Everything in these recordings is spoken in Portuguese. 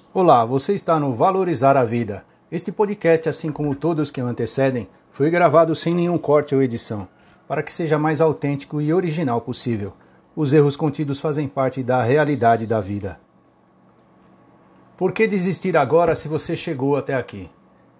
Olá, você está no Valorizar a Vida. Este podcast, assim como todos que o antecedem, foi gravado sem nenhum corte ou edição, para que seja mais autêntico e original possível. Os erros contidos fazem parte da realidade da vida. Por que desistir agora se você chegou até aqui?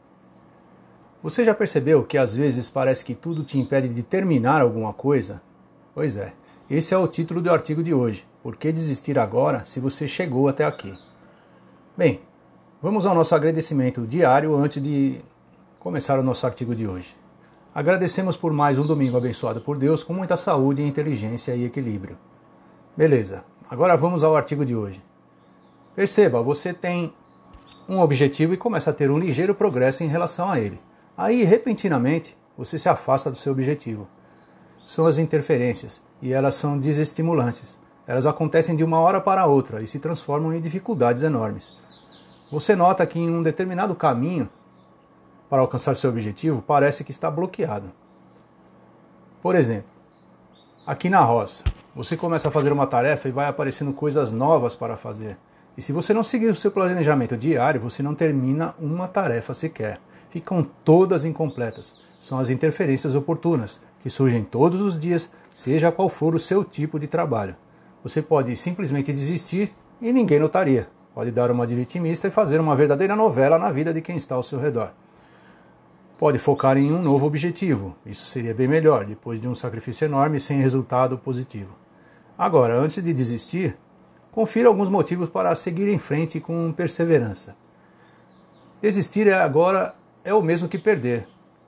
Você já percebeu que às vezes parece que tudo te impede de terminar alguma coisa? Pois é, esse é o título do artigo de hoje. Por que desistir agora se você chegou até aqui? Bem, vamos ao nosso agradecimento diário antes de começar o nosso artigo de hoje. Agradecemos por mais um domingo abençoado por Deus com muita saúde, inteligência e equilíbrio. Beleza, agora vamos ao artigo de hoje. Perceba, você tem um objetivo e começa a ter um ligeiro progresso em relação a ele. Aí, repentinamente, você se afasta do seu objetivo. São as interferências, e elas são desestimulantes. Elas acontecem de uma hora para outra e se transformam em dificuldades enormes. Você nota que em um determinado caminho para alcançar seu objetivo parece que está bloqueado. Por exemplo, aqui na roça, você começa a fazer uma tarefa e vai aparecendo coisas novas para fazer. E se você não seguir o seu planejamento diário, você não termina uma tarefa sequer. Ficam todas incompletas. São as interferências oportunas, que surgem todos os dias, seja qual for o seu tipo de trabalho. Você pode simplesmente desistir e ninguém notaria. Pode dar uma de vitimista e fazer uma verdadeira novela na vida de quem está ao seu redor. Pode focar em um novo objetivo. Isso seria bem melhor, depois de um sacrifício enorme sem resultado positivo. Agora, antes de desistir, confira alguns motivos para seguir em frente com perseverança. Desistir agora é o mesmo que perder.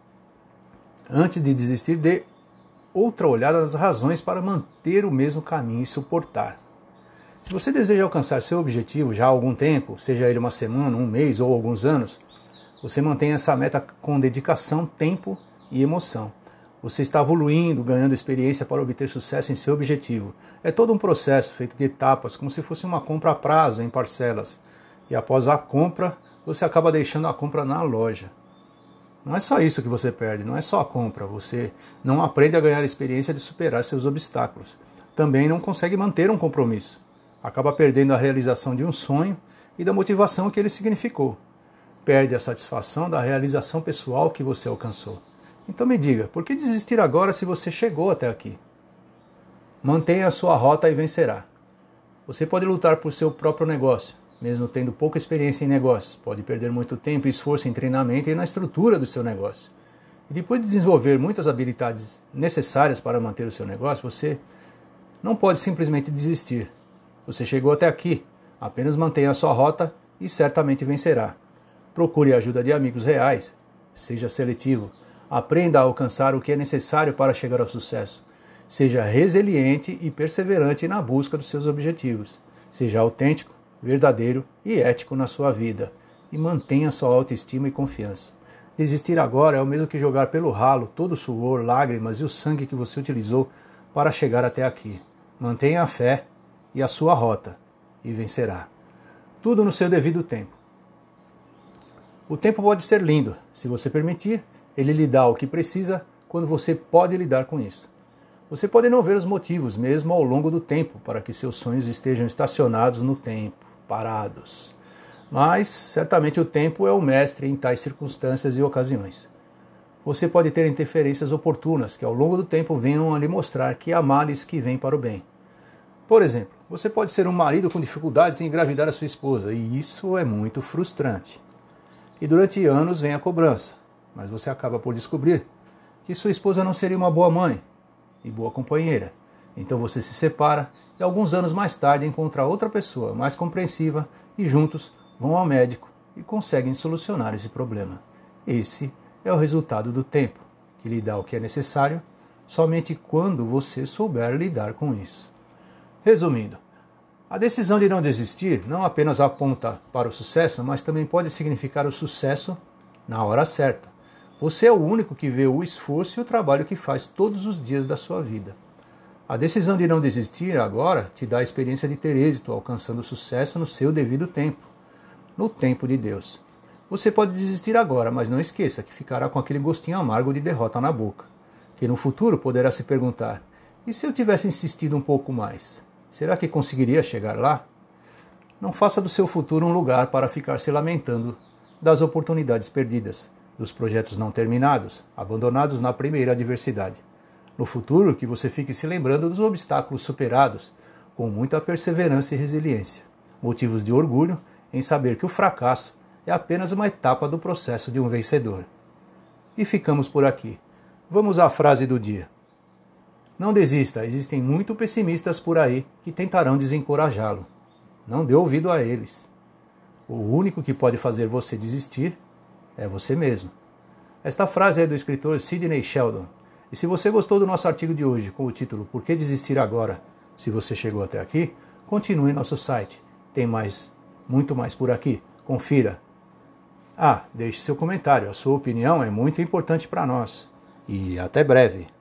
Antes de desistir, dê outra olhada nas razões para manter o mesmo caminho e suportar. Se você deseja alcançar seu objetivo já há algum tempo, seja ele uma semana, um mês ou alguns anos, você mantém essa meta com dedicação, tempo e emoção. Você está evoluindo, ganhando experiência para obter sucesso em seu objetivo. É todo um processo feito de etapas, como se fosse uma compra a prazo, em parcelas. E após a compra, você acaba deixando a compra na loja. Não é só isso que você perde, não é só a compra. Você não aprende a ganhar experiência de superar seus obstáculos. Também não consegue manter um compromisso. Acaba perdendo a realização de um sonho e da motivação que ele significou. Perde a satisfação da realização pessoal que você alcançou. Então me diga, por que desistir agora se você chegou até aqui? Mantenha a sua rota e vencerá. Você pode lutar por seu próprio negócio, mesmo tendo pouca experiência em negócios. Pode perder muito tempo e esforço em treinamento e na estrutura do seu negócio. E depois de desenvolver muitas habilidades necessárias para manter o seu negócio, você não pode simplesmente desistir. Você chegou até aqui, apenas mantenha a sua rota e certamente vencerá. Procure a ajuda de amigos reais, seja seletivo, aprenda a alcançar o que é necessário para chegar ao sucesso. Seja resiliente e perseverante na busca dos seus objetivos. Seja autêntico, verdadeiro e ético na sua vida. E mantenha sua autoestima e confiança. Desistir agora é o mesmo que jogar pelo ralo todo o suor, lágrimas e o sangue que você utilizou para chegar até aqui. Mantenha a fé e a sua rota, e vencerá. Tudo no seu devido tempo. O tempo pode ser lindo, se você permitir, ele lhe dá o que precisa quando você pode lidar com isso. Você pode não ver os motivos, mesmo ao longo do tempo, para que seus sonhos estejam estacionados no tempo, parados. Mas, certamente o tempo é o mestre em tais circunstâncias e ocasiões. Você pode ter interferências oportunas que ao longo do tempo venham a lhe mostrar que há males que vêm para o bem. Por exemplo, você pode ser um marido com dificuldades em engravidar a sua esposa, e isso é muito frustrante. E durante anos vem a cobrança, mas você acaba por descobrir que sua esposa não seria uma boa mãe e boa companheira. Então você se separa e alguns anos mais tarde encontra outra pessoa mais compreensiva e juntos vão ao médico e conseguem solucionar esse problema. Esse é o resultado do tempo, que lhe dá o que é necessário somente quando você souber lidar com isso. Resumindo, a decisão de não desistir não apenas aponta para o sucesso, mas também pode significar o sucesso na hora certa. Você é o único que vê o esforço e o trabalho que faz todos os dias da sua vida. A decisão de não desistir agora te dá a experiência de ter êxito, alcançando sucesso no seu devido tempo, no tempo de Deus. Você pode desistir agora, mas não esqueça que ficará com aquele gostinho amargo de derrota na boca, que no futuro poderá se perguntar: e se eu tivesse insistido um pouco mais? Será que conseguiria chegar lá? Não faça do seu futuro um lugar para ficar se lamentando das oportunidades perdidas, dos projetos não terminados, abandonados na primeira adversidade. No futuro, que você fique se lembrando dos obstáculos superados com muita perseverança e resiliência. Motivos de orgulho em saber que o fracasso é apenas uma etapa do processo de um vencedor. E ficamos por aqui. Vamos à frase do dia. Não desista, existem muito pessimistas por aí que tentarão desencorajá-lo. Não dê ouvido a eles. O único que pode fazer você desistir é você mesmo. Esta frase é do escritor Sidney Sheldon. E se você gostou do nosso artigo de hoje com o título Por que desistir agora? Se você chegou até aqui, continue em nosso site. Tem muito mais por aqui. Confira. Deixe seu comentário. A sua opinião é muito importante para nós. E até breve.